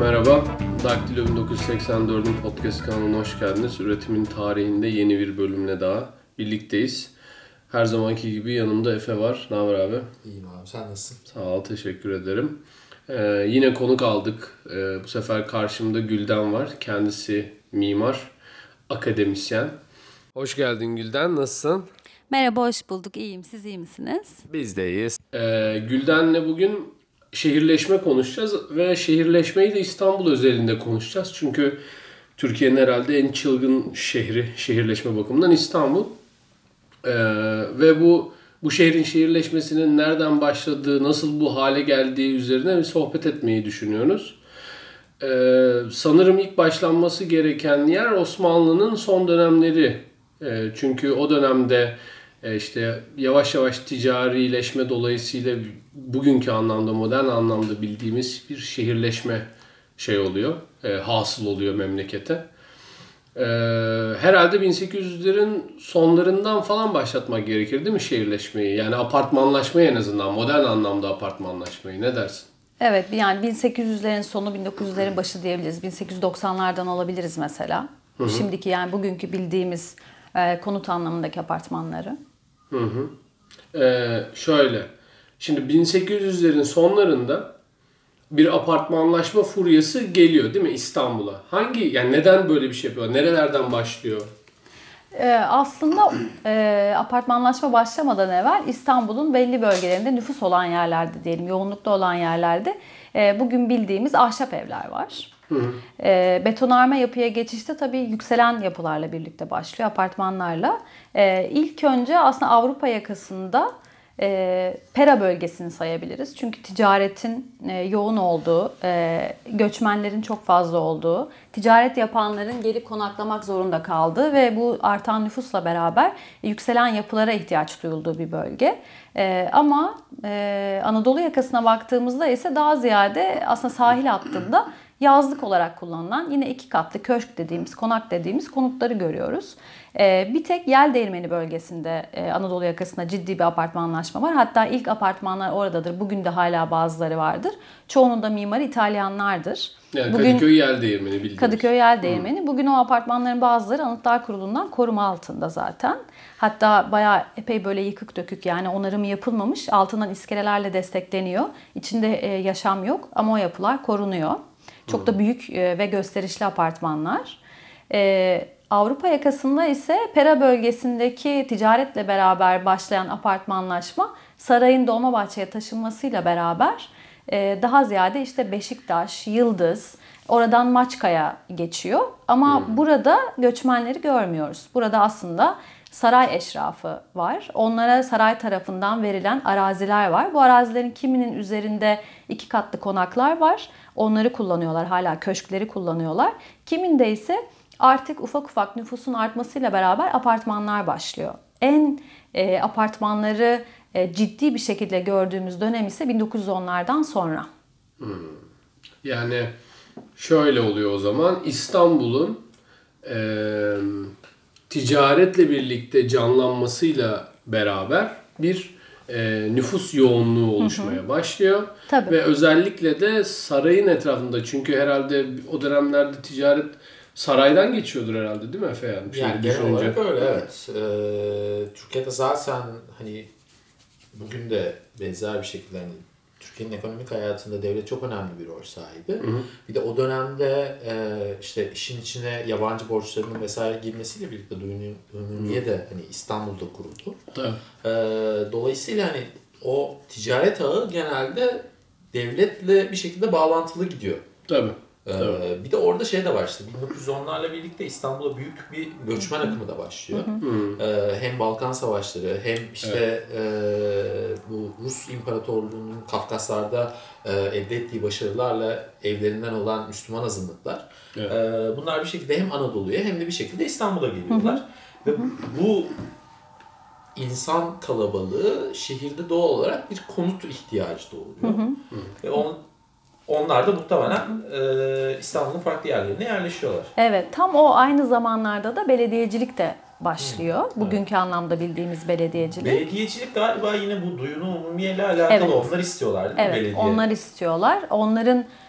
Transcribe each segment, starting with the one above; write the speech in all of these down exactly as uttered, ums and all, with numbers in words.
Merhaba, Daktilo bin dokuz yüz seksen dördün podcast kanalına hoş geldiniz. Üretimin tarihinde yeni bir bölümle daha birlikteyiz. Her zamanki gibi yanımda Efe var. Ne haber abi? İyiyim abi, sen nasılsın? Sağ ol, teşekkür ederim. Ee, yine konuk aldık. Ee, bu sefer karşımda Gülden var. Kendisi mimar, akademisyen. Hoş geldin Gülden, nasılsın? Merhaba, hoş bulduk. İyiyim. Siz iyi misiniz? Biz de iyiyiz. Ee, Gülden'le bugün şehirleşme konuşacağız ve şehirleşmeyi de İstanbul özelinde konuşacağız. Çünkü Türkiye'nin herhalde en çılgın şehri şehirleşme bakımından İstanbul. Ee, ve bu bu şehrin şehirleşmesinin nereden başladığı, nasıl bu hale geldiği üzerine bir sohbet etmeyi düşünüyoruz. Ee, sanırım ilk başlanması gereken yer Osmanlı'nın son dönemleri. Ee, çünkü o dönemde e, işte yavaş yavaş ticarileşme dolayısıyla bugünkü anlamda, modern anlamda bildiğimiz bir şehirleşme şey oluyor, e, hasıl oluyor memlekete. Ee, herhalde bin sekiz yüzlerin sonlarından falan başlatmak gerekir değil mi şehirleşmeyi? Yani apartmanlaşmayı, en azından modern anlamda apartmanlaşmayı. Ne dersin? Evet, yani bin sekiz yüzlerin sonu, bin dokuz yüzlerin başı diyebiliriz. bin sekiz yüz doksanlardan alabiliriz mesela. Hı hı. Şimdiki, yani bugünkü bildiğimiz e, konut anlamındaki apartmanları. Hı hı. Ee, şöyle, şimdi bin sekiz yüzlerin sonlarında bir apartmanlaşma furyası geliyor değil mi İstanbul'a? Hangi, yani neden böyle bir şey yapıyor? Nerelerden başlıyor? Ee, aslında e, apartmanlaşma başlamadan evvel İstanbul'un belli bölgelerinde nüfus olan yerlerde diyelim, yoğunlukta olan yerlerde e, bugün bildiğimiz ahşap evler var. Hı hı. E, betonarme yapıya geçişte tabii yükselen yapılarla birlikte başlıyor, apartmanlarla. E, ilk önce aslında Avrupa yakasında E, Pera bölgesini sayabiliriz. Çünkü ticaretin e, yoğun olduğu, e, göçmenlerin çok fazla olduğu, ticaret yapanların gelip konaklamak zorunda kaldığı ve bu artan nüfusla beraber e, yükselen yapılara ihtiyaç duyulduğu bir bölge. E, ama e, Anadolu yakasına baktığımızda ise daha ziyade aslında sahil hattında yazlık olarak kullanılan yine iki katlı köşk dediğimiz, konak dediğimiz konutları görüyoruz. Ee, bir tek Yeldeğirmeni bölgesinde e, Anadolu yakasında ciddi bir apartmanlaşma var. Hatta ilk apartmanlar oradadır. Bugün de hala bazıları vardır. Çoğunun da mimarı İtalyanlardır. Yani Bugün, Kadıköy Yeldeğirmeni bildiğimiz. Kadıköy Yeldeğirmeni. Hmm. Bugün o apartmanların bazıları Anıtlar Kurulu'ndan koruma altında zaten. Hatta bayağı epey böyle yıkık dökük, yani onarımı yapılmamış. Altından iskelelerle destekleniyor. İçinde e, yaşam yok ama o yapılar korunuyor. Çok da büyük ve gösterişli apartmanlar. Ee, Avrupa yakasında ise Pera bölgesindeki ticaretle beraber başlayan apartmanlaşma sarayın Dolmabahçe'ye taşınmasıyla beraber e, daha ziyade işte Beşiktaş, Yıldız, oradan Maçka'ya geçiyor. Ama hmm. burada göçmenleri görmüyoruz. Burada aslında saray eşrafı var. Onlara saray tarafından verilen araziler var. Bu arazilerin kiminin üzerinde iki katlı konaklar var. Onları kullanıyorlar, hala köşkleri kullanıyorlar. Kiminde ise artık ufak ufak nüfusun artmasıyla beraber apartmanlar başlıyor. En e, apartmanları e, ciddi bir şekilde gördüğümüz dönem ise bin dokuz yüz onlardan sonra. Hmm. Yani şöyle oluyor o zaman, İstanbul'un e, ticaretle birlikte canlanmasıyla beraber bir e, nüfus yoğunluğu oluşmaya hı hı. başlıyor. Tabii. Ve özellikle de sarayın etrafında, çünkü herhalde o dönemlerde ticaret saraydan geçiyordur herhalde, değil mi Efe? Yani, yani genel olarak öyle, evet. Ee, Türkiye'de zaten hani bugün de benzer bir şekilde hani Türkiye'nin ekonomik hayatında devlet çok önemli bir rol sahibi. Hı hı. Bir de o dönemde e, işte işin içine yabancı borçlarının vesaire girmesiyle birlikte Ümraniye de hani İstanbul'da kuruldu. E, dolayısıyla hani o ticaret ağı genelde devletle bir şekilde bağlantılı gidiyor. Tabii. Ee, bir de orada şey de başladı. bin dokuz yüz onlarla birlikte İstanbul'a büyük bir göçmen akımı da başlıyor. Ee, hem Balkan Savaşları hem işte evet. e, bu Rus İmparatorluğu'nun Kafkaslar'da e, elde ettiği başarılarla evlerinden olan Müslüman azınlıklar. Evet. E, bunlar bir şekilde hem Anadolu'ya hem de bir şekilde İstanbul'a geliyorlar. Hı hı. Ve bu insan kalabalığı şehirde doğal olarak bir konut ihtiyacı doğuruyor. Hı hı. Ve onun Onlar da muhtemelen e, İstanbul'un farklı yerlerine yerleşiyorlar. Evet, tam o aynı zamanlarda da belediyecilik de başlıyor. Hmm, Bugünkü evet. anlamda bildiğimiz belediyecilik. Belediyecilik galiba yine bu duyunu umumiyeyle alakalı. Evet. Onlar istiyorlar değil mi evet, belediye? onlar istiyorlar. Onların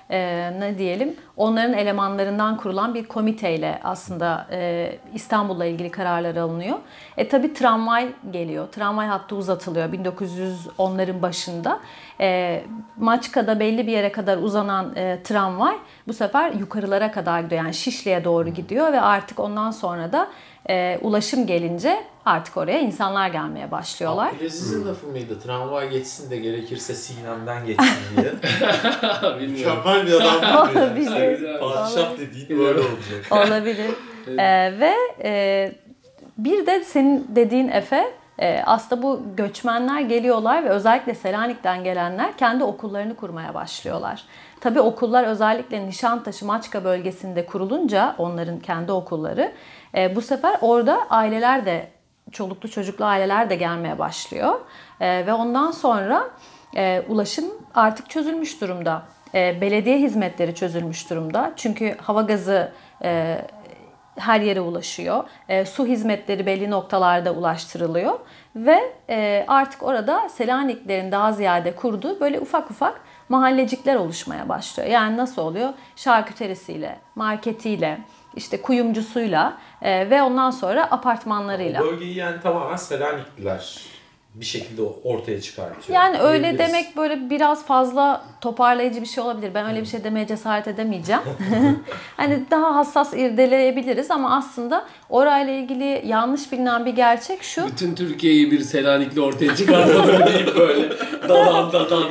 e, ne diyelim onların elemanlarından kurulan bir komiteyle aslında e, İstanbul'la ilgili kararlar alınıyor. E tabi tramvay geliyor. Tramvay hattı uzatılıyor bin dokuz yüz onların başında. E, Maçka'da belli bir yere kadar uzanan e, tramvay bu sefer yukarılara kadar gidiyor. Yani Şişli'ye doğru gidiyor ve artık ondan sonra da e, ulaşım gelince artık oraya insanlar gelmeye başlıyorlar. Abdülaziz'in lafı mıydı? Tramvay geçsin de gerekirse Sinem'den geçsin diye. Mükemmel bir adam gibi. Olabilir. Padişah dediğin böyle olacak. Olabilir. e, ve e, bir de senin dediğin Efe, e, aslında bu göçmenler geliyorlar ve özellikle Selanik'ten gelenler kendi okullarını kurmaya başlıyorlar. Tabii okullar özellikle Nişantaşı, Maçka bölgesinde kurulunca onların kendi okulları, e, bu sefer orada aileler de, çoluklu çocuklu aileler de gelmeye başlıyor. E, ve ondan sonra e, ulaşım artık çözülmüş durumda. E, belediye hizmetleri çözülmüş durumda. Çünkü hava gazı e, her yere ulaşıyor. E, su hizmetleri belli noktalarda ulaştırılıyor. Ve e, artık orada Selaniklerin daha ziyade kurduğu böyle ufak ufak mahallecikler oluşmaya başlıyor. Yani nasıl oluyor? Şarküterisiyle, marketiyle, işte kuyumcusuyla e, ve ondan sonra apartmanlarıyla. O bölgeyi yani tamamen Selanikliler bir şekilde ortaya çıkartıyor. Yani öyle demek böyle biraz fazla toparlayıcı bir şey olabilir. Ben öyle bir şey demeye cesaret edemeyeceğim. Hani daha hassas irdeleyebiliriz ama aslında orayla ilgili yanlış bilinen bir gerçek şu. Bütün Türkiye'yi bir Selanikli ortaya çıkarmaları deyip böyle dadan dadan.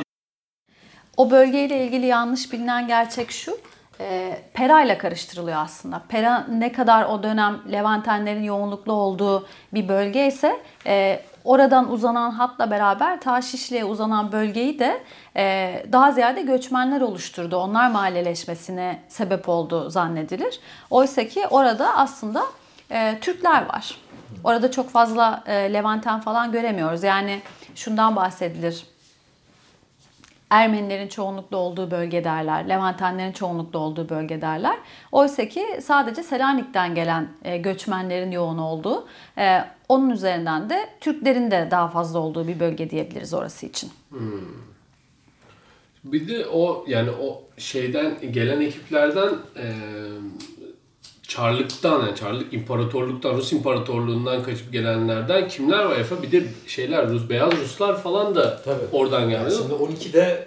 O bölgeyle ilgili yanlış bilinen gerçek şu. E, Pera ile karıştırılıyor aslında. Pera ne kadar o dönem Levantenlerin yoğunluklu olduğu bir bölge ise e, oradan uzanan hatla beraber ta Şişli'ye uzanan bölgeyi de e, daha ziyade göçmenler oluşturdu. Onlar mahalleleşmesine sebep oldu zannedilir. Oysa ki orada aslında e, Türkler var. Orada çok fazla e, Levanten falan göremiyoruz. Yani şundan bahsedilir. Ermenilerin çoğunluklu olduğu bölge derler, Levantenlerin çoğunluklu olduğu bölge derler. Oysa ki sadece Selanik'ten gelen göçmenlerin yoğun olduğu, onun üzerinden de Türklerin de daha fazla olduğu bir bölge diyebiliriz orası için. Hmm. Bir de o yani o şeyden gelen ekiplerden e, Çarlık'tan yani Çarlık İmparatorluk'tan, Rus İmparatorluğundan kaçıp gelenlerden kimler var Efe? Bir de şeyler Rus, beyaz Ruslar falan da Tabii. oradan geldi. Yani şimdi on ikide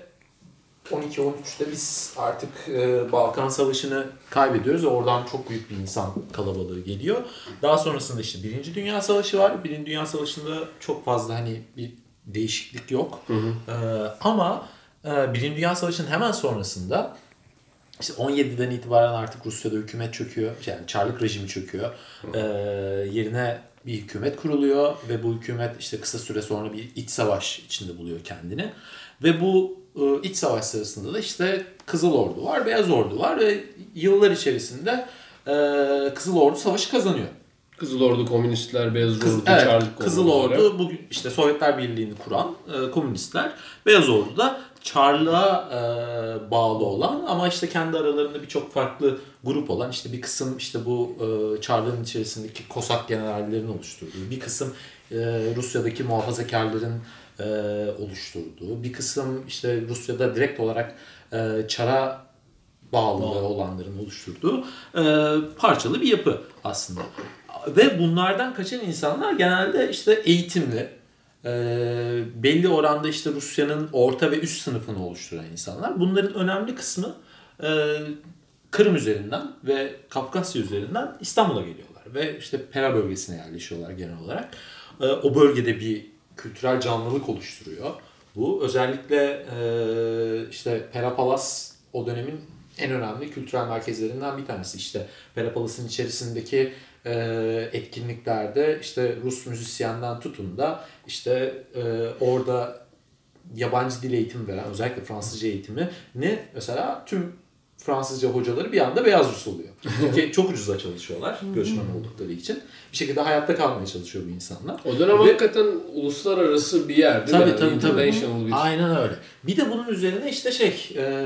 on iki on üçte biz artık e, Balkan Savaşı'nı kaybediyoruz ve oradan çok büyük bir insan kalabalığı geliyor. Daha sonrasında işte Birinci Dünya Savaşı var. Birinci Dünya Savaşı'nda çok fazla hani bir değişiklik yok. Hı hı. E, ama e, Birinci Dünya Savaşı'nın hemen sonrasında İşte on yediden itibaren artık Rusya'da hükümet çöküyor. Yani Çarlık rejimi çöküyor. Ee, yerine bir hükümet kuruluyor ve bu hükümet işte kısa süre sonra bir iç savaş içinde buluyor kendini. Ve bu e, iç savaş sırasında da işte Kızıl Ordu var, Beyaz Ordu var ve yıllar içerisinde e, Kızıl Ordu savaşı kazanıyor. Kızıl Ordu komünistler, Beyaz Kız, Ordu, evet, Çarlık Kızıl Ordu bugün işte Sovyetler Birliği'ni kuran e, komünistler, Beyaz Ordu da Çarlığa e, bağlı olan ama işte kendi aralarında birçok farklı grup olan işte bir kısım işte bu e, Çarlığın içerisindeki Kosak generallerinin oluşturduğu, bir kısım e, Rusya'daki muhafazakarların e, oluşturduğu, bir kısım işte Rusya'da direkt olarak e, Çar'a bağlı olanların oluşturduğu e, parçalı bir yapı aslında. Ve bunlardan kaçan insanlar genelde işte eğitimli, e, belli oranda işte Rusya'nın orta ve üst sınıfını oluşturan insanlar. Bunların önemli kısmı e, Kırım üzerinden ve Kafkasya üzerinden İstanbul'a geliyorlar. Ve işte Pera bölgesine yerleşiyorlar genel olarak. E, o bölgede bir kültürel canlılık oluşturuyor. Bu özellikle e, işte Pera Palas o dönemin en önemli kültürel merkezlerinden bir tanesi. İşte Pera Palas'ın içerisindeki e, etkinliklerde işte Rus müzisyenden tutun da işte e, orada yabancı dil eğitimi veren, özellikle Fransızca eğitimi ne mesela tüm Fransızca hocaları bir anda beyaz Rus oluyor. Çünkü çok ucuza çalışıyorlar göçmen oldukları için. Bir şekilde hayatta kalmaya çalışıyor bu insanlar. O dönem Ve, hakikaten uluslararası bir yer değil tabii, mi? Tabii tabii. Bir... Aynen öyle. Bir de bunun üzerine işte şey, e,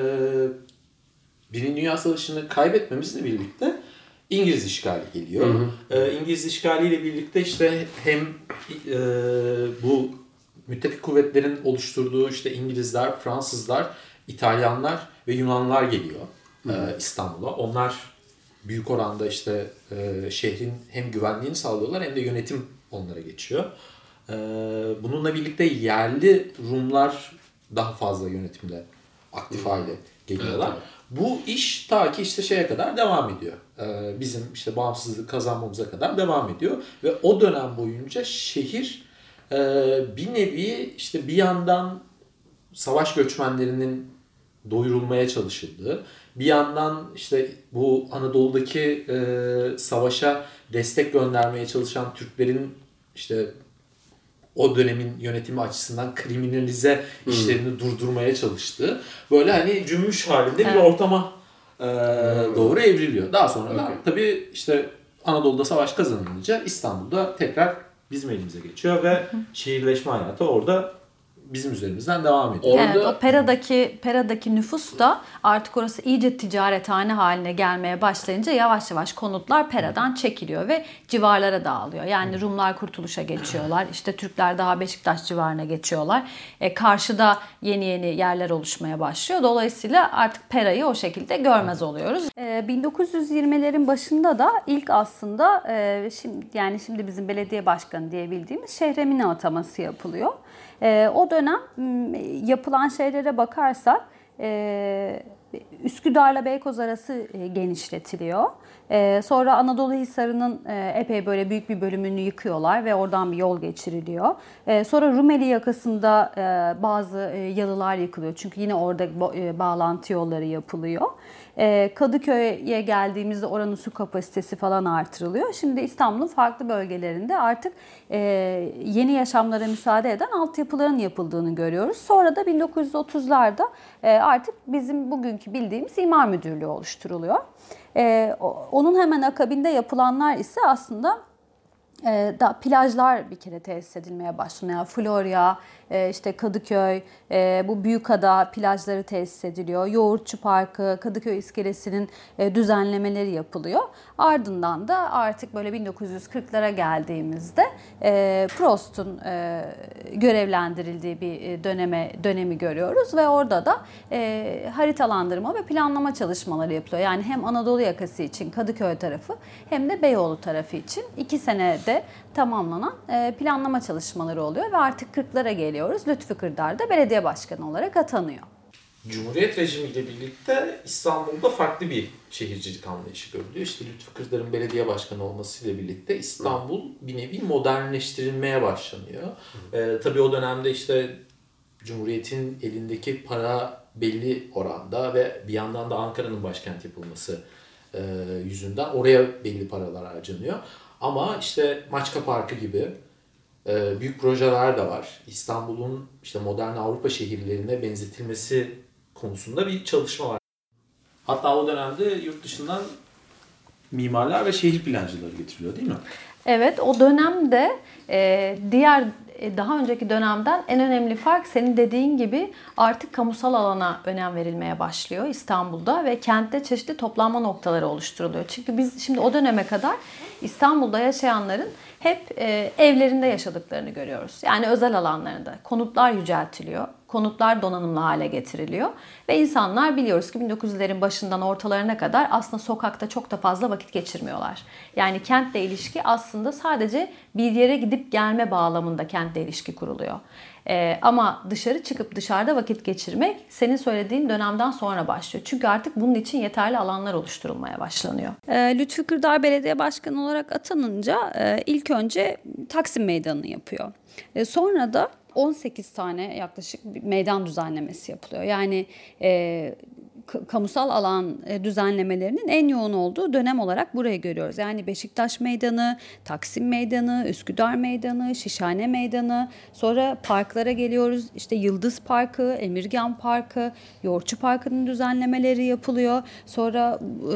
Birinci Dünya Savaşı'nı kaybetmemizle birlikte İngiliz işgali geliyor. Hı hı. E, İngiliz işgaliyle birlikte işte hem e, bu müttefik kuvvetlerin oluşturduğu işte İngilizler, Fransızlar, İtalyanlar ve Yunanlar geliyor e, İstanbul'a. Onlar büyük oranda işte e, şehrin hem güvenliğini sağlıyorlar hem de yönetim onlara geçiyor. E, bununla birlikte yerli Rumlar daha fazla yönetimde aktif hale geliyorlar. Evet, evet. Bu iş ta ki işte şeye kadar devam ediyor. E, bizim işte bağımsızlık kazanmamıza kadar devam ediyor. Ve o dönem boyunca şehir e, bir nevi işte bir yandan savaş göçmenlerinin doyurulmaya çalışıldığı, bir yandan işte bu Anadolu'daki e, savaşa destek göndermeye çalışan Türklerin işte o dönemin yönetimi açısından kriminalize hmm. işlerini durdurmaya çalıştığı böyle hani cümbüş halinde bir ortama e, doğru evriliyor. Daha sonra da okay. tabii işte Anadolu'da savaş kazanılınca İstanbul'da tekrar bizim elimize geçiyor ve şehirleşme hayatı orada bizim üzerimizden devam ediyor. Evet, orada... o Pera'daki Pera'daki nüfus da artık orası iyice ticarethane haline gelmeye başlayınca yavaş yavaş konutlar Pera'dan çekiliyor ve civarlara dağılıyor. Yani Rumlar Kurtuluş'a geçiyorlar. İşte Türkler daha Beşiktaş civarına geçiyorlar. E, karşıda yeni yeni yerler oluşmaya başlıyor. Dolayısıyla artık Pera'yı o şekilde görmez oluyoruz. E, bin dokuz yüz yirmilerin başında da ilk aslında e, şimdi yani şimdi bizim belediye başkanı diye bildiğimiz Şehremini ataması yapılıyor. E, o dönem yapılan şeylere bakarsak e, Üsküdar'la Beykoz arası e, genişletiliyor. E, sonra Anadolu Hisarı'nın e, epey böyle büyük bir bölümünü yıkıyorlar ve oradan bir yol geçiriliyor. E, sonra Rumeli yakasında e, bazı e, yalılar yıkılıyor. Çünkü yine orada e, bağlantı yolları yapılıyor. E, Kadıköy'e geldiğimizde oranın su kapasitesi falan artırılıyor. Şimdi İstanbul'un farklı bölgelerinde artık e, yeni yaşamlara müsaade eden altyapıların yapıldığını görüyoruz. Sonra da bin dokuz yüz otuzlarda e, artık bizim bugünkü bildiğimiz İmar Müdürlüğü oluşturuluyor. E, onun hemen akabinde yapılanlar ise aslında e, da plajlar bir kere tesis edilmeye başlanıyor. Yani Florya, e, işte Kadıköy, e, bu Büyükada plajları tesis ediliyor. Yoğurtçu Parkı, Kadıköy İskelesi'nin e, düzenlemeleri yapılıyor. Ardından da artık böyle bin dokuz yüz kırklara geldiğimizde e, Prost'un e, görevlendirildiği bir döneme dönemi görüyoruz ve orada da e, haritalandırma ve planlama çalışmaları yapılıyor. Yani hem Anadolu yakası için Kadıköy tarafı hem de Beyoğlu tarafı için iki senede tamamlanan e, planlama çalışmaları oluyor ve artık kırklara geliyoruz. Lütfü Kırdar da belediye başkanı olarak atanıyor. Cumhuriyet rejimiyle birlikte İstanbul'da farklı bir şehircilik anlayışı görülüyor. İşte Lütfü Kırdar'ın belediye başkanı olmasıyla birlikte İstanbul bir nevi modernleştirilmeye başlanıyor. Ee, tabii o dönemde işte Cumhuriyet'in elindeki para belli oranda ve bir yandan da Ankara'nın başkent yapılması e, yüzünden oraya belli paralar harcanıyor. Ama işte Maçka Parkı gibi e, büyük projeler de var. İstanbul'un işte modern Avrupa şehirlerine benzetilmesi konusunda bir çalışma var. Hatta o dönemde yurt dışından mimarlar ve şehir plancıları getiriliyor değil mi? Evet, o dönemde e, diğer daha önceki dönemden en önemli fark senin dediğin gibi artık kamusal alana önem verilmeye başlıyor İstanbul'da ve kentte çeşitli toplanma noktaları oluşturuluyor. Çünkü biz şimdi o döneme kadar İstanbul'da yaşayanların hep e, evlerinde yaşadıklarını görüyoruz. Yani özel alanlarında konutlar yüceltiliyor, konutlar donanımlı hale getiriliyor ve insanlar biliyoruz ki bin dokuz yüzlerin başından ortalarına kadar aslında sokakta çok da fazla vakit geçirmiyorlar. Yani kentle ilişki aslında sadece bir yere gidip gelme bağlamında kentle ilişki kuruluyor. Ee, ama dışarı çıkıp dışarıda vakit geçirmek senin söylediğin dönemden sonra başlıyor. Çünkü artık bunun için yeterli alanlar oluşturulmaya başlanıyor. Ee, Lütfü Kırdar Belediye Başkanı olarak atanınca e, ilk önce Taksim Meydanı'nı yapıyor. E, sonra da on sekiz tane yaklaşık bir meydan düzenlemesi yapılıyor. Yani e, kamusal alan düzenlemelerinin en yoğun olduğu dönem olarak burayı görüyoruz. Yani Beşiktaş Meydanı, Taksim Meydanı, Üsküdar Meydanı, Şişhane Meydanı, sonra parklara geliyoruz. İşte Yıldız Parkı, Emirgan Parkı, Yoğurtçu Parkı'nın düzenlemeleri yapılıyor. Sonra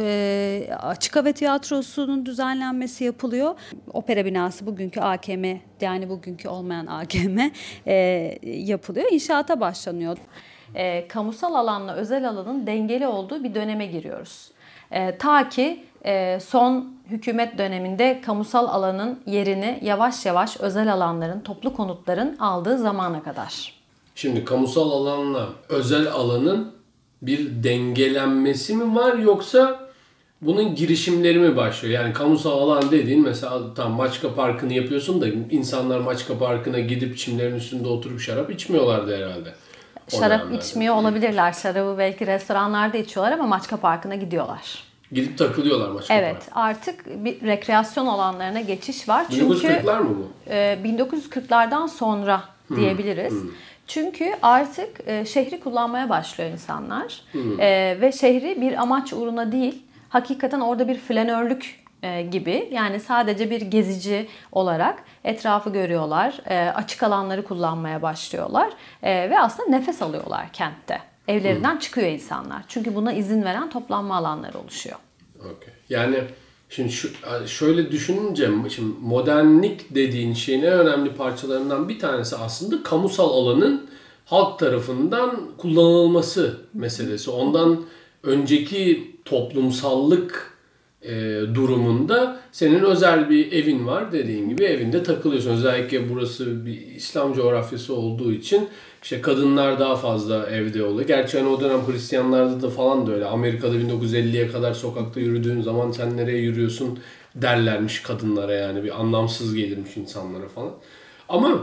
e, Açık Hava Tiyatrosu'nun düzenlenmesi yapılıyor. Opera binası bugünkü A K M, yani bugünkü olmayan A K M e, yapılıyor. İnşaata başlanıyor. E, kamusal alanla özel alanın dengeli olduğu bir döneme giriyoruz. E, ta ki e, son hükümet döneminde kamusal alanın yerini yavaş yavaş özel alanların, toplu konutların aldığı zamana kadar. Şimdi kamusal alanla özel alanın bir dengelenmesi mi var yoksa bunun girişimleri mi başlıyor? Yani kamusal alan dediğin mesela tam Maçka Parkı'nı yapıyorsun da insanlar Maçka Parkı'na gidip çimlerin üstünde oturup şarap içmiyorlardı herhalde. O Şarap dönemlerde. içmiyor olabilirler. Şarabı belki restoranlarda içiyorlar ama Maçka Parkı'na gidiyorlar. Gidip takılıyorlar Maçka Evet, Parkı'na. artık bir rekreasyon alanlarına geçiş var. bin dokuz yüz Çünkü kırklar mı bu? e, bin dokuz yüz kırklardan sonra diyebiliriz. Hmm. Çünkü artık e, şehri kullanmaya başlıyor insanlar. Hmm. E, ve şehri bir amaç uğruna değil, hakikaten orada bir flanörlük e, gibi, yani sadece bir gezici olarak etrafı görüyorlar, e, açık alanları kullanmaya başlıyorlar e, ve aslında nefes alıyorlar kentte. Evlerinden hmm. çıkıyor insanlar. Çünkü buna izin veren toplanma alanları oluşuyor. Okay. Yani şimdi şu, şöyle düşününce şimdi modernlik dediğin şeyin en önemli parçalarından bir tanesi aslında kamusal alanın halk tarafından kullanılması meselesi. Ondan önceki toplumsallık e, durumunda senin özel bir evin var, dediğin gibi evinde takılıyorsun. Özellikle burası bir İslam coğrafyası olduğu için işte kadınlar daha fazla evde oluyor. Gerçi hani o dönem Hristiyanlarda da falan da öyle. Amerika'da bin dokuz yüz elliye kadar sokakta yürüdüğün zaman sen nereye yürüyorsun derlermiş kadınlara, yani bir anlamsız gelirmiş insanlara falan. Ama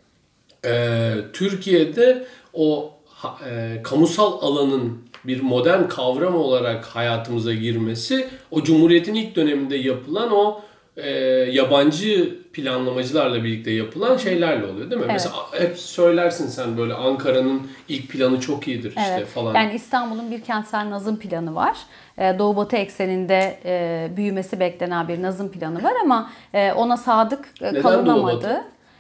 e, Türkiye'de o e, kamusal alanın bir modern kavram olarak hayatımıza girmesi, o Cumhuriyet'in ilk döneminde yapılan o e, yabancı planlamacılarla birlikte yapılan şeylerle oluyor değil mi? Evet. Mesela hep söylersin sen böyle Ankara'nın ilk planı çok iyidir işte evet. falan. Yani İstanbul'un bir kentsel nazım planı var. Doğu Batı ekseninde e, büyümesi beklenen bir nazım planı var ama e, ona sadık Neden kalınamadı. Doğu Batı?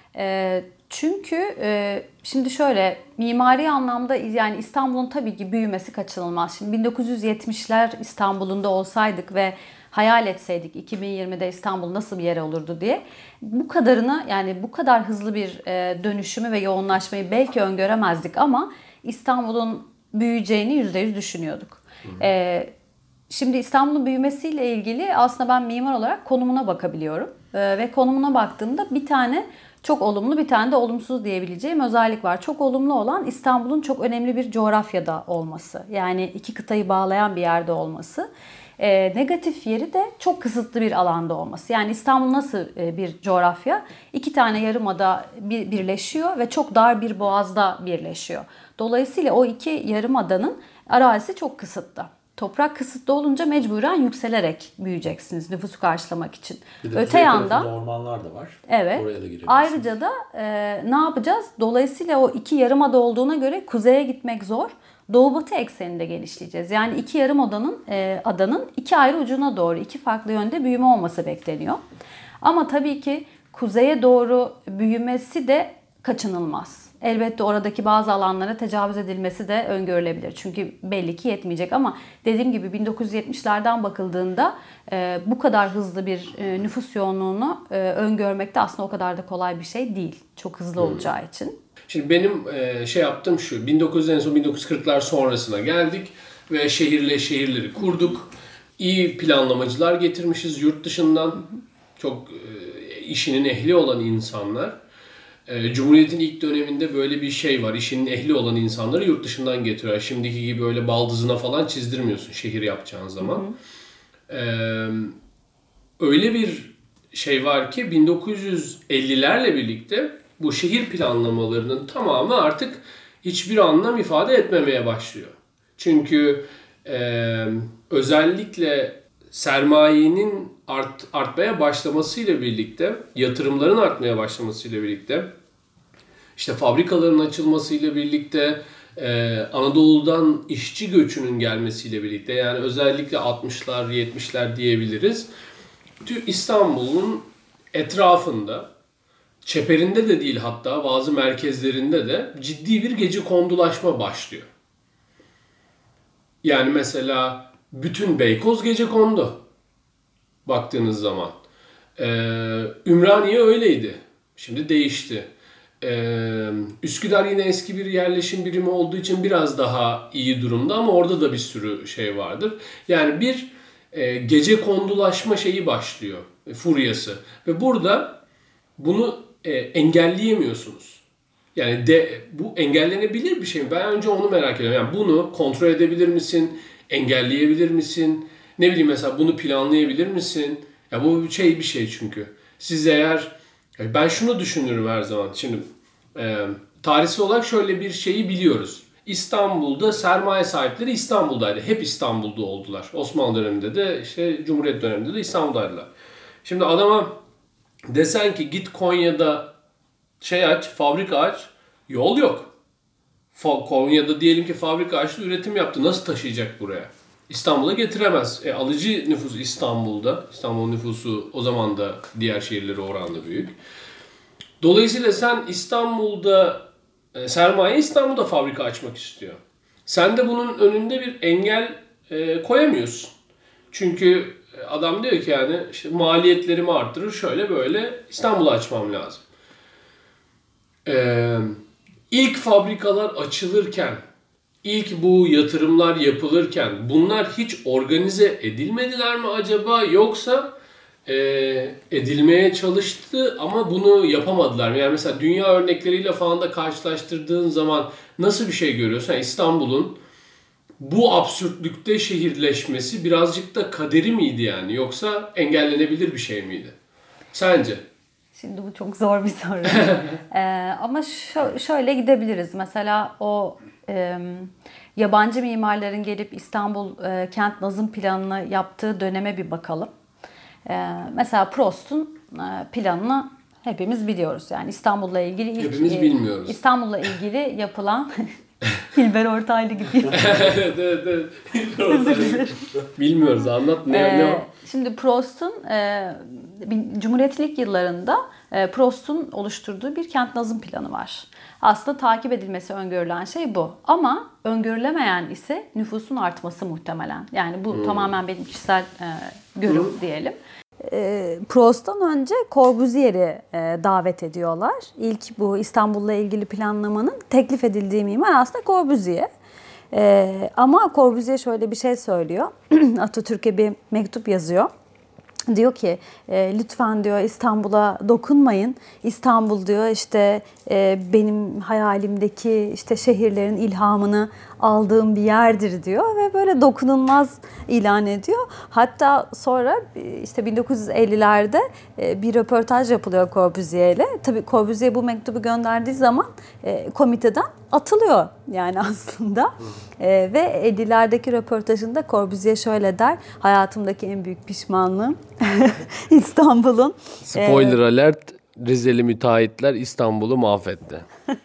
E, çünkü e, şimdi şöyle, mimari anlamda yani İstanbul'un tabii ki büyümesi kaçınılmaz. Şimdi bin dokuz yüz yetmişler İstanbul'unda olsaydık ve hayal etseydik iki bin yirmide İstanbul nasıl bir yer olurdu diye, bu kadarını, yani bu kadar hızlı bir e, dönüşümü ve yoğunlaşmayı belki öngöremezdik ama İstanbul'un büyüyeceğini yüzde yüz düşünüyorduk. E, şimdi İstanbul'un büyümesiyle ilgili aslında ben mimar olarak konumuna bakabiliyorum e, ve konumuna baktığımda bir tane çok olumlu, bir tane de olumsuz diyebileceğim özellik var. Çok olumlu olan İstanbul'un çok önemli bir coğrafyada olması. Yani iki kıtayı bağlayan bir yerde olması. E, negatif yeri de çok kısıtlı bir alanda olması. Yani İstanbul nasıl e, bir coğrafya? İki tane yarımada bir, birleşiyor ve çok dar bir boğazda birleşiyor. Dolayısıyla o iki yarımadanın arazisi çok kısıtlı. Toprak kısıtlı olunca mecburen yükselerek büyüyeceksiniz nüfusu karşılamak için. Bir de öte yandan ormanlar da var. Evet. Oraya da ayrıca da e, ne yapacağız? Dolayısıyla o iki yarımada olduğuna göre kuzeye gitmek zor. Doğu batı ekseninde genişleyeceğiz. Yani iki yarımadanın e, adanın iki ayrı ucuna doğru iki farklı yönde büyüme olması bekleniyor. Ama tabii ki kuzeye doğru büyümesi de kaçınılmaz. Elbette oradaki bazı alanlara tecavüz edilmesi de öngörülebilir. Çünkü belli ki yetmeyecek ama dediğim gibi bin dokuz yüz yetmişlerden bakıldığında e, bu kadar hızlı bir e, nüfus yoğunluğunu e, öngörmek de aslında o kadar da kolay bir şey değil. Çok hızlı hmm. olacağı için. Şimdi benim e, şey yaptığım şu, bin dokuz yüz en son bin dokuz yüz kırklar sonrasına geldik ve şehirle şehirleri kurduk. İyi planlamacılar getirmişiz yurt dışından. Hı hı. Çok e, işinin ehli olan insanlar. Cumhuriyet'in ilk döneminde böyle bir şey var. İşinin ehli olan insanları yurt dışından getiriyor. Şimdiki gibi öyle baldızına falan çizdirmiyorsun şehir yapacağın zaman. Hı hı. Ee, öyle bir şey var ki bin dokuz yüz ellilerle birlikte bu şehir planlamalarının tamamı artık hiçbir anlam ifade etmemeye başlıyor. Çünkü e, özellikle sermayenin art, artmaya başlamasıyla birlikte, yatırımların artmaya başlamasıyla birlikte, işte fabrikaların açılmasıyla birlikte, e, Anadolu'dan işçi göçünün gelmesiyle birlikte, yani özellikle altmışlar, yetmişler diyebiliriz. İstanbul'un etrafında, çeperinde de değil hatta bazı merkezlerinde de ciddi bir gecekondulaşma başlıyor. Yani mesela bütün Beykoz gecekondu baktığınız zaman. Ee, Ümraniye öyleydi. Şimdi değişti. Ee, Üsküdar yine eski bir yerleşim birimi olduğu için biraz daha iyi durumda ama orada da bir sürü şey vardır. Yani bir e, gece kondulaşma şeyi başlıyor. E, furyası. Ve burada bunu e, engelleyemiyorsunuz. Yani de, bu engellenebilir bir şey mi? Ben önce onu merak ediyorum. Yani bunu kontrol edebilir misin? Engelleyebilir misin? Ne bileyim mesela bunu planlayabilir misin? Ya bu şey bir şey çünkü. Siz eğer ben şunu düşünürüm her zaman. Şimdi e, tarihsel olarak şöyle bir şeyi biliyoruz. İstanbul'da sermaye sahipleri İstanbul'daydı. Hep İstanbul'da oldular. Osmanlı döneminde de işte Cumhuriyet döneminde de İstanbul'daydılar. Şimdi adama desen ki git Konya'da şey aç, fabrika aç, yol yok. Konya'da diyelim ki fabrika açtı, üretim yaptı. Nasıl taşıyacak buraya? İstanbul'a getiremez. E, alıcı nüfus İstanbul'da. İstanbul nüfusu o zaman da diğer şehirlere oranla büyük. Dolayısıyla sen İstanbul'da e, sermaye İstanbul'da fabrika açmak istiyor. Sen de bunun önünde bir engel e, koyamıyorsun. Çünkü adam diyor ki yani işte maliyetlerimi arttırır şöyle böyle İstanbul'a açmam lazım. Ee, ilk fabrikalar açılırken, ilk bu yatırımlar yapılırken bunlar hiç organize edilmediler mi acaba? Yoksa e, edilmeye çalıştı ama bunu yapamadılar mı? Yani mesela dünya örnekleriyle falan da karşılaştırdığın zaman nasıl bir şey görüyorsun? Yani İstanbul'un bu absürtlükte şehirleşmesi birazcık da kaderi miydi yani? Yoksa engellenebilir bir şey miydi? Sence? Şimdi bu çok zor bir soru. ee, ama şö- şöyle gidebiliriz. Mesela o e, yabancı mimarların gelip İstanbul e, kent nazım planını yaptığı döneme bir bakalım. E, mesela Prost'un e, planını hepimiz biliyoruz. Yani İstanbul'la ilgili ilk, hepimiz e, bilmiyoruz. İstanbul'la ilgili yapılan İlber Ortaylı gibi. evet evet evet. Bilmiyoruz. Anlat ne ee, ne o? Şimdi Prost'un e, Cumhuriyet'in ilk yıllarında e, Prost'un oluşturduğu bir kent nazım planı var. Aslında takip edilmesi öngörülen şey bu. Ama öngörülemeyen ise nüfusun artması muhtemelen. Yani bu hmm. tamamen benim kişisel e, görüm hmm. diyelim. E, Prost'tan önce Corbusier'i e, davet ediyorlar. İlk bu İstanbul'la ilgili planlamanın teklif edildiği mimar aslında Corbusier. Ee, ama Corbusier şöyle bir şey söylüyor. Atatürk'e bir mektup yazıyor. Diyor ki e, lütfen diyor İstanbul'a dokunmayın. İstanbul diyor işte e, benim hayalimdeki işte şehirlerin ilhamını aldığım bir yerdir diyor ve böyle dokunulmaz ilan ediyor. Hatta sonra işte bin dokuz yüz ellilerde e, bir röportaj yapılıyor Corbusier'le. Tabii Corbusier bu mektubu gönderdiği zaman e, komiteden atılıyor yani aslında. E, ve ellilerdeki röportajında Corbusier şöyle der: hayatımdaki en büyük pişmanlığım İstanbul'un. Spoiler e, alert, Rizeli müteahhitler İstanbul'u mahvetti.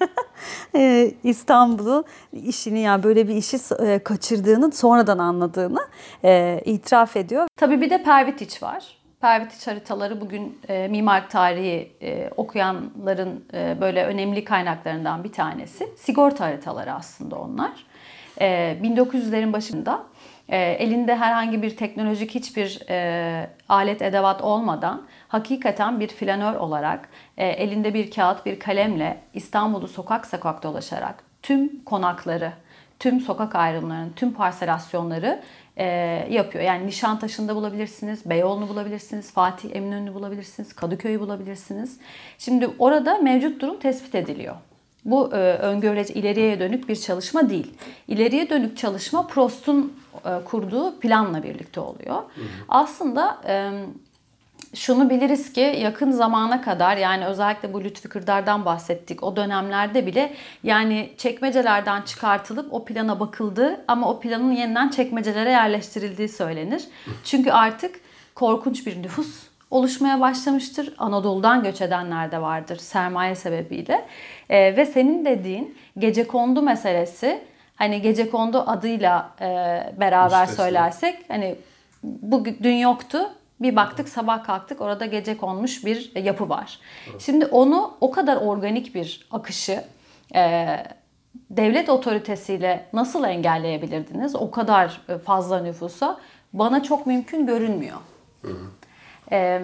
e, İstanbul'u işini yani böyle bir işi e, kaçırdığını sonradan anladığını e, itiraf ediyor. Tabii bir de Pervitiç var. Pervitiç haritaları bugün e, mimarlık tarihi e, okuyanların e, böyle önemli kaynaklarından bir tanesi. Sigorta haritaları aslında onlar. E, bin dokuz yüzlerin başında e, elinde herhangi bir teknolojik hiçbir e, alet edevat olmadan hakikaten bir flanör olarak e, elinde bir kağıt bir kalemle İstanbul'u sokak sokak dolaşarak tüm konakları, tüm sokak ayrımlarını, tüm parselasyonları e, yapıyor. Yani Nişantaşı'nda bulabilirsiniz, Beyoğlu'nu bulabilirsiniz, Fatih Eminönü'nü bulabilirsiniz, Kadıköy'ü bulabilirsiniz. Şimdi orada mevcut durum tespit ediliyor. Bu e, öngörülece ileriye dönük bir çalışma değil. İleriye dönük çalışma Prost'un e, kurduğu planla birlikte oluyor. Hı hı. Aslında e, şunu biliriz ki yakın zamana kadar, yani özellikle bu Lütfi Kırdar'dan bahsettik. O dönemlerde bile yani çekmecelerden çıkartılıp o plana bakıldığı ama o planın yeniden çekmecelere yerleştirildiği söylenir. Çünkü artık korkunç bir nüfus oluşmaya başlamıştır. Anadolu'dan göç edenler de vardır sermaye sebebiyle. Ee, ve senin dediğin gecekondu meselesi, hani gecekondu adıyla e, beraber işte söylersek, hani bu dün yoktu. Bir baktık sabah kalktık orada gece konmuş bir yapı var. Evet. Şimdi onu o kadar organik bir akışı e, devlet otoritesiyle nasıl engelleyebilirdiniz? O kadar fazla nüfusa bana çok mümkün görünmüyor. Hı hı. E,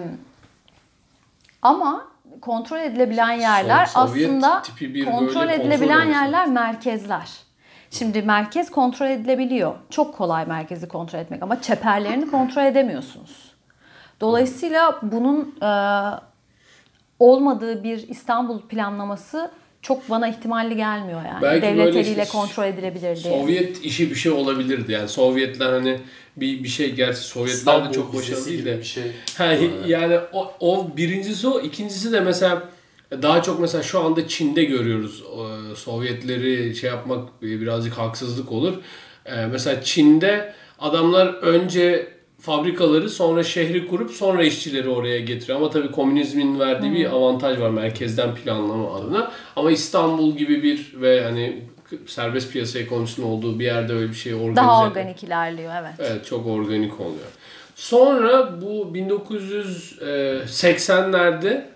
ama kontrol edilebilen yerler Sovyet aslında tipi bir kontrol edilebilen kontrol yerler merkezler. Şimdi merkez kontrol edilebiliyor. Çok kolay merkezi kontrol etmek ama çeperlerini kontrol edemiyorsunuz. Dolayısıyla bunun e, olmadığı bir İstanbul planlaması çok bana ihtimalli gelmiyor yani. Belki Devlet böyle eliyle işte kontrol edilebilir diye. Sovyet işi bir şey olabilirdi. Yani Sovyetler hani bir bir şey, gerçi Sovyetler de İstanbul çok başarılı vizesi değil gibi de. bir şey. Ha, yani o, o birincisi o, ikincisi de mesela daha çok mesela şu anda Çin'de görüyoruz. O, Sovyetleri şey yapmak birazcık haksızlık olur. Ee, mesela Çin'de adamlar önce fabrikaları, sonra şehri kurup sonra işçileri oraya getiriyor. Ama tabii komünizmin verdiği bir avantaj var merkezden planlama adına. Ama İstanbul gibi bir ve hani serbest piyasa ekonomisinin olduğu bir yerde öyle bir şey organize. Daha organik ilerliyor, evet. Evet, çok organik oluyor. Sonra bu bin dokuz yüz seksenlerde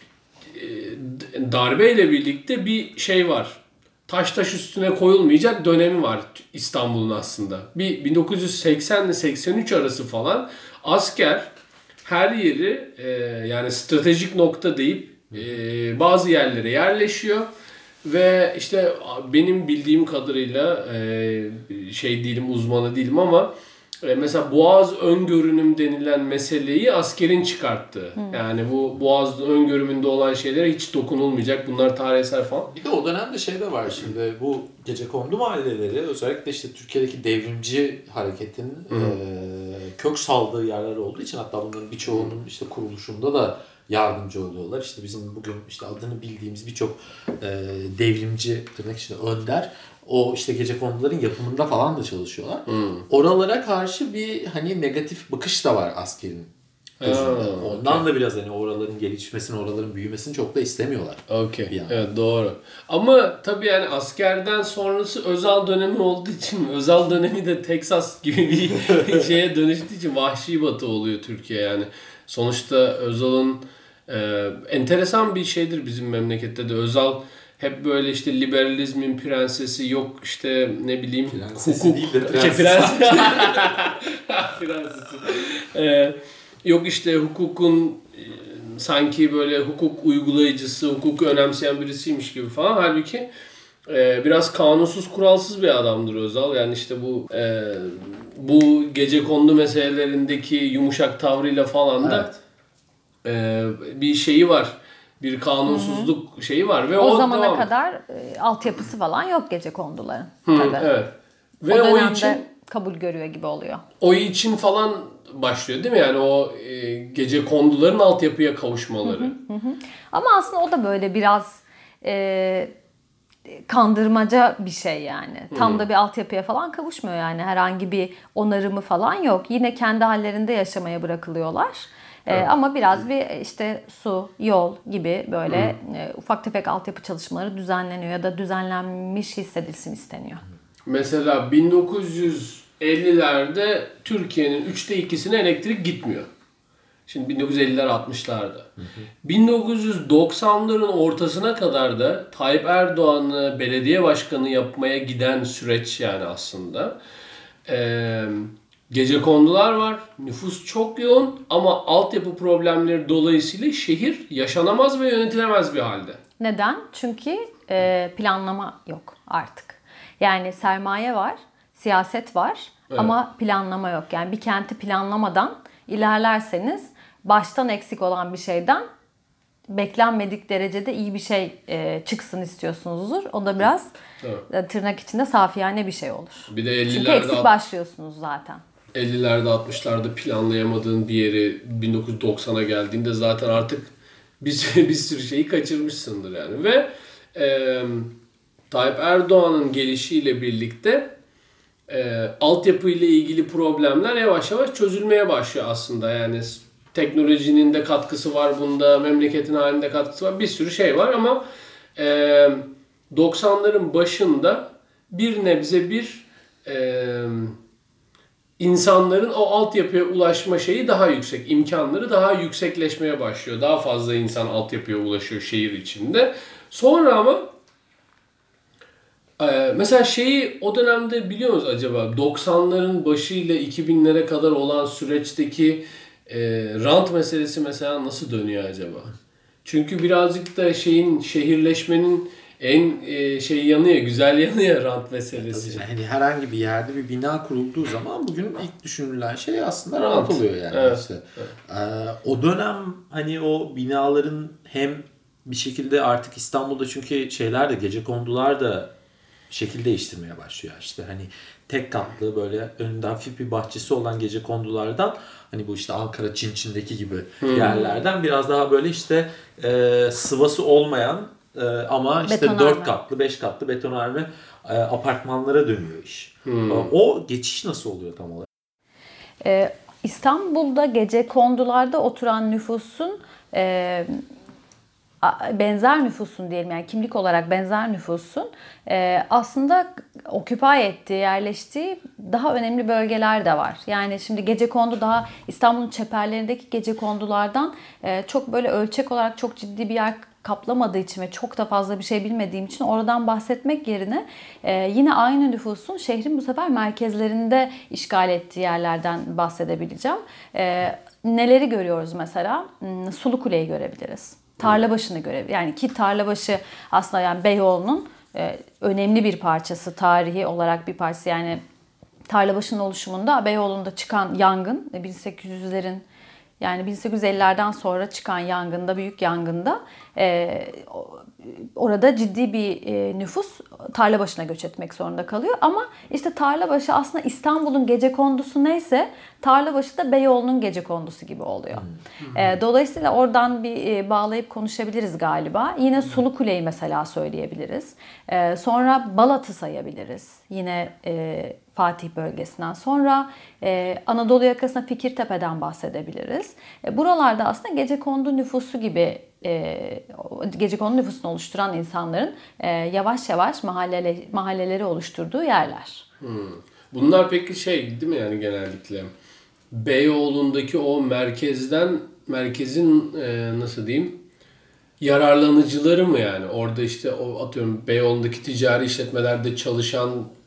darbeyle birlikte bir şey var. Taş taş üstüne koyulmayacak dönemi var İstanbul'un aslında. Bir bin dokuz yüz seksen ile seksen üç arası falan asker her yeri e, yani stratejik nokta deyip e, bazı yerlere yerleşiyor. Ve işte benim bildiğim kadarıyla e, şey değilim, uzmanı değilim ama e, mesela Boğaz öngörünüm denilen meseleyi askerin çıkarttığı. Hmm. Yani bu Boğaz öngörümünde olan şeylere hiç dokunulmayacak. Bunlar tarihsel falan. Bir de o dönemde şey de var şimdi, bu gecekondu mahalleleri özellikle işte Türkiye'deki devrimci hareketin e, kök saldığı yerler olduğu için, hatta bunların birçoğunun işte kuruluşunda da yardımcı oluyorlar. İşte bizim bugün işte adını bildiğimiz birçok e, devrimci, tırnak içinde önder, o işte gecekonduların yapımında falan da çalışıyorlar. Hmm. Oralara karşı bir hani negatif bakış da var askerin gözünde. Ha, ondan okay. da biraz hani oraların gelişmesini, oraların büyümesini çok da istemiyorlar. Okey. Evet, doğru. Ama tabii yani askerden sonrası Özal dönemi olduğu için, Özal dönemi de Teksas gibi bir şeye dönüştüğü için vahşi batı oluyor Türkiye yani. Sonuçta Özal'ın e, enteresan bir şeydir bizim memlekette de. Özal hep böyle işte liberalizmin prensesi, yok işte ne bileyim prensesi hukuk değil de prenses. Şey, prens... prensesi. Ee, yok işte hukukun e, sanki böyle hukuk uygulayıcısı, hukuku önemseyen birisiymiş gibi falan. Halbuki e, biraz kanunsuz, kuralsız bir adamdır Özal. Yani işte bu e, bu gecekondu meselelerindeki yumuşak tavrıyla falan da evet. e, bir şeyi var. Bir kanunsuzluk Hı-hı. şeyi var ve o, o zamana devam. kadar e, altyapısı falan yok gecekonduların. Hı, tabii. Evet. Ve o, o için kabul görüyor gibi oluyor. O için falan başlıyor değil mi? Yani o e, gecekonduların altyapıya kavuşmaları. Hı hı hı. Ama aslında o da böyle biraz e, kandırmaca bir şey yani. Tam hmm. da bir altyapıya falan kavuşmuyor yani. Herhangi bir onarımı falan yok. Yine kendi hallerinde yaşamaya bırakılıyorlar. Evet. Ee, ama biraz bir işte su, yol gibi böyle hmm. e, ufak tefek altyapı çalışmaları düzenleniyor ya da düzenlenmiş hissedilsin isteniyor. Mesela bin dokuz yüz ellilerde Türkiye'nin üçte ikisine elektrik gitmiyor. Şimdi bin dokuz yüz elliler altmışlarda. Hı hı. bin dokuz yüz doksanların ortasına kadar da Tayyip Erdoğan'ı belediye başkanı yapmaya giden süreç yani aslında. Ee, gecekondular var. Nüfus çok yoğun ama altyapı problemleri dolayısıyla şehir yaşanamaz ve yönetilemez bir halde. Neden? Çünkü e, planlama yok artık. Yani sermaye var, siyaset var evet. ama planlama yok. Yani bir kenti planlamadan ilerlerseniz baştan eksik olan bir şeyden beklenmedik derecede iyi bir şey e, çıksın istiyorsunuzdur. O da biraz evet. tırnak içinde safiyane bir şey olur. Bir de Çünkü eksik başlıyorsunuz zaten. ellilerde altmışlarda planlayamadığın bir yeri bin dokuz yüz doksana geldiğinde zaten artık bir, bir sürü şeyi kaçırmışsındır yani. Ve e, Tayyip Erdoğan'ın gelişiyle birlikte e, altyapı ile ilgili problemler yavaş yavaş çözülmeye başlıyor aslında. Yani teknolojinin de katkısı var bunda, memleketin halinde katkısı var, bir sürü şey var ama e, doksanların başında bir nebze bir e, insanların o altyapıya ulaşma şeyi daha yüksek, imkanları daha yüksekleşmeye başlıyor. Daha fazla insan altyapıya ulaşıyor şehir içinde. Sonra ama e, mesela şeyi o dönemde biliyor musunuz acaba? doksanların başı ile iki binlere kadar olan süreçteki e, rant meselesi mesela nasıl dönüyor acaba? Çünkü birazcık da şeyin, şehirleşmenin en e, şey yanıyor, güzel yanıyor rant meselesi. Tabii hani herhangi bir yerde bir bina kurulduğu zaman bugün ilk düşünülen şey aslında rant, Rant. oluyor yani Evet. işte. Evet. Ee, o dönem hani o binaların hem bir şekilde artık İstanbul'da çünkü şeyler de gecekondular da şekil değiştirmeye başlıyor. İşte hani tek katlı böyle önünde hafif bir bahçesi olan gecekondulardan hani bu işte Ankara Çin-Çin'deki gibi hmm. yerlerden biraz daha böyle işte e, sıvası olmayan e, ama işte betonarme. dört katlı, beş katlı betonarme e, apartmanlara dönüyor iş. Hmm. O geçiş nasıl oluyor tam olarak? Ee, İstanbul'da gecekondularda oturan nüfusun e, benzer nüfusun diyelim yani kimlik olarak benzer nüfusun e, aslında okupay ettiği, yerleştiği daha önemli bölgeler de var. Yani şimdi gecekondu daha İstanbul'un çeperlerindeki gecekondulardan e, çok böyle ölçek olarak çok ciddi bir yer kaplamadığı için ve çok da fazla bir şey bilmediğim için oradan bahsetmek yerine e, yine aynı nüfusun şehrin bu sefer merkezlerinde işgal ettiği yerlerden bahsedebileceğim. E, neleri görüyoruz mesela? Sulukule'yi görebiliriz. Tarlabaşı'nı görev. Yani ki Tarlabaşı aslında yani Beyoğlu'nun e, önemli bir parçası, tarihi olarak bir parçası. Yani Tarlabaşı'nın oluşumunda Beyoğlu'nda çıkan yangın bin sekiz yüzlerin yani bin sekiz yüz ellilerden sonra çıkan yangında, büyük yangında e, orada ciddi bir e, nüfus Tarlabaşı'na göç etmek zorunda kalıyor. Ama işte Tarlabaşı aslında İstanbul'un gecekondusu neyse Tarlabaşı da Beyoğlu'nun gecekondusu gibi oluyor. Hmm. E, dolayısıyla oradan bir e, bağlayıp konuşabiliriz galiba. Yine hmm. Sulukule'yi mesela söyleyebiliriz. E, sonra Balat'ı sayabiliriz. Yine e, Fatih bölgesinden. Sonra e, Anadolu yakasına Fikirtepe'den bahsedebiliriz. E, buralarda aslında gecekondu nüfusu gibi e, gecekondu nüfusunu oluşturan insanların e, yavaş yavaş mahallele, mahalleleri oluşturduğu yerler. Hmm. Bunlar peki şey değil mi yani genellikle Beyoğlu'ndaki o merkezden merkezin e, nasıl diyeyim yararlanıcıları mı yani? Orada işte o atıyorum Beyoğlu'ndaki ticari işletmelerde çalışan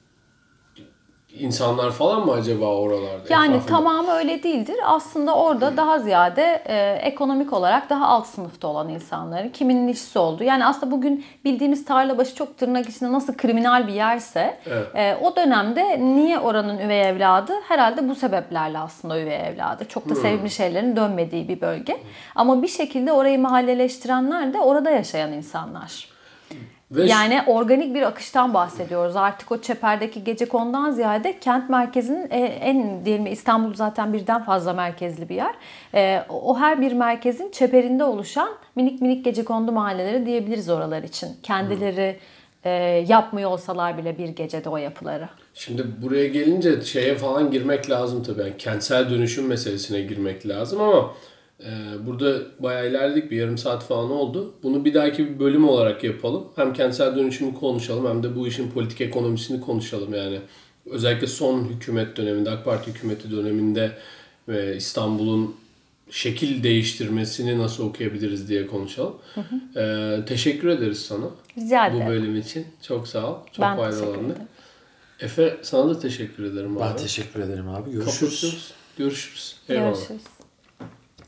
insanlar falan mı acaba oralarda? Yani etrafında? tamamı öyle değildir. Aslında orada hmm. daha ziyade e, ekonomik olarak daha alt sınıfta olan insanların kiminin işçisi olduğu. Yani aslında bugün bildiğimiz Tarlabaşı çok tırnak içinde nasıl kriminal bir yerse evet. e, o dönemde niye oranın üvey evladı? Herhalde bu sebeplerle aslında üvey evladı. Çok da hmm. sevimli şeylerin dönmediği bir bölge. Hmm. Ama bir şekilde orayı mahalleleştirenler de orada yaşayan insanlar. Ve yani organik bir akıştan bahsediyoruz. Artık o çeperdeki gecekondudan ziyade kent merkezinin en diyelim İstanbul zaten birden fazla merkezli bir yer. O her bir merkezin çeperinde oluşan minik minik gecekondu mahalleleri diyebiliriz oralar için. Kendileri hmm. yapmıyor olsalar bile bir gecede o yapıları. Şimdi buraya gelince şeye falan girmek lazım tabii. Yani kentsel dönüşüm meselesine girmek lazım ama Ee, burada bayağı ilerledik, bir yarım saat falan oldu. Bunu bir dahaki bir bölüm olarak yapalım. Hem kentsel dönüşümü konuşalım hem de bu işin politik ekonomisini konuşalım yani. Özellikle son hükümet döneminde, AK Parti hükümeti döneminde ve İstanbul'un şekil değiştirmesini nasıl okuyabiliriz diye konuşalım. Hı hı. Ee, teşekkür ederiz sana. Rica ederim. Bu bölüm için. Çok sağ ol. Çok ben faydalandı. Efe sana da teşekkür ederim abi. Ben teşekkür ederim abi. Görüşürüz. Kapatıyoruz. Görüşürüz. Eyvallah. Görüşürüz.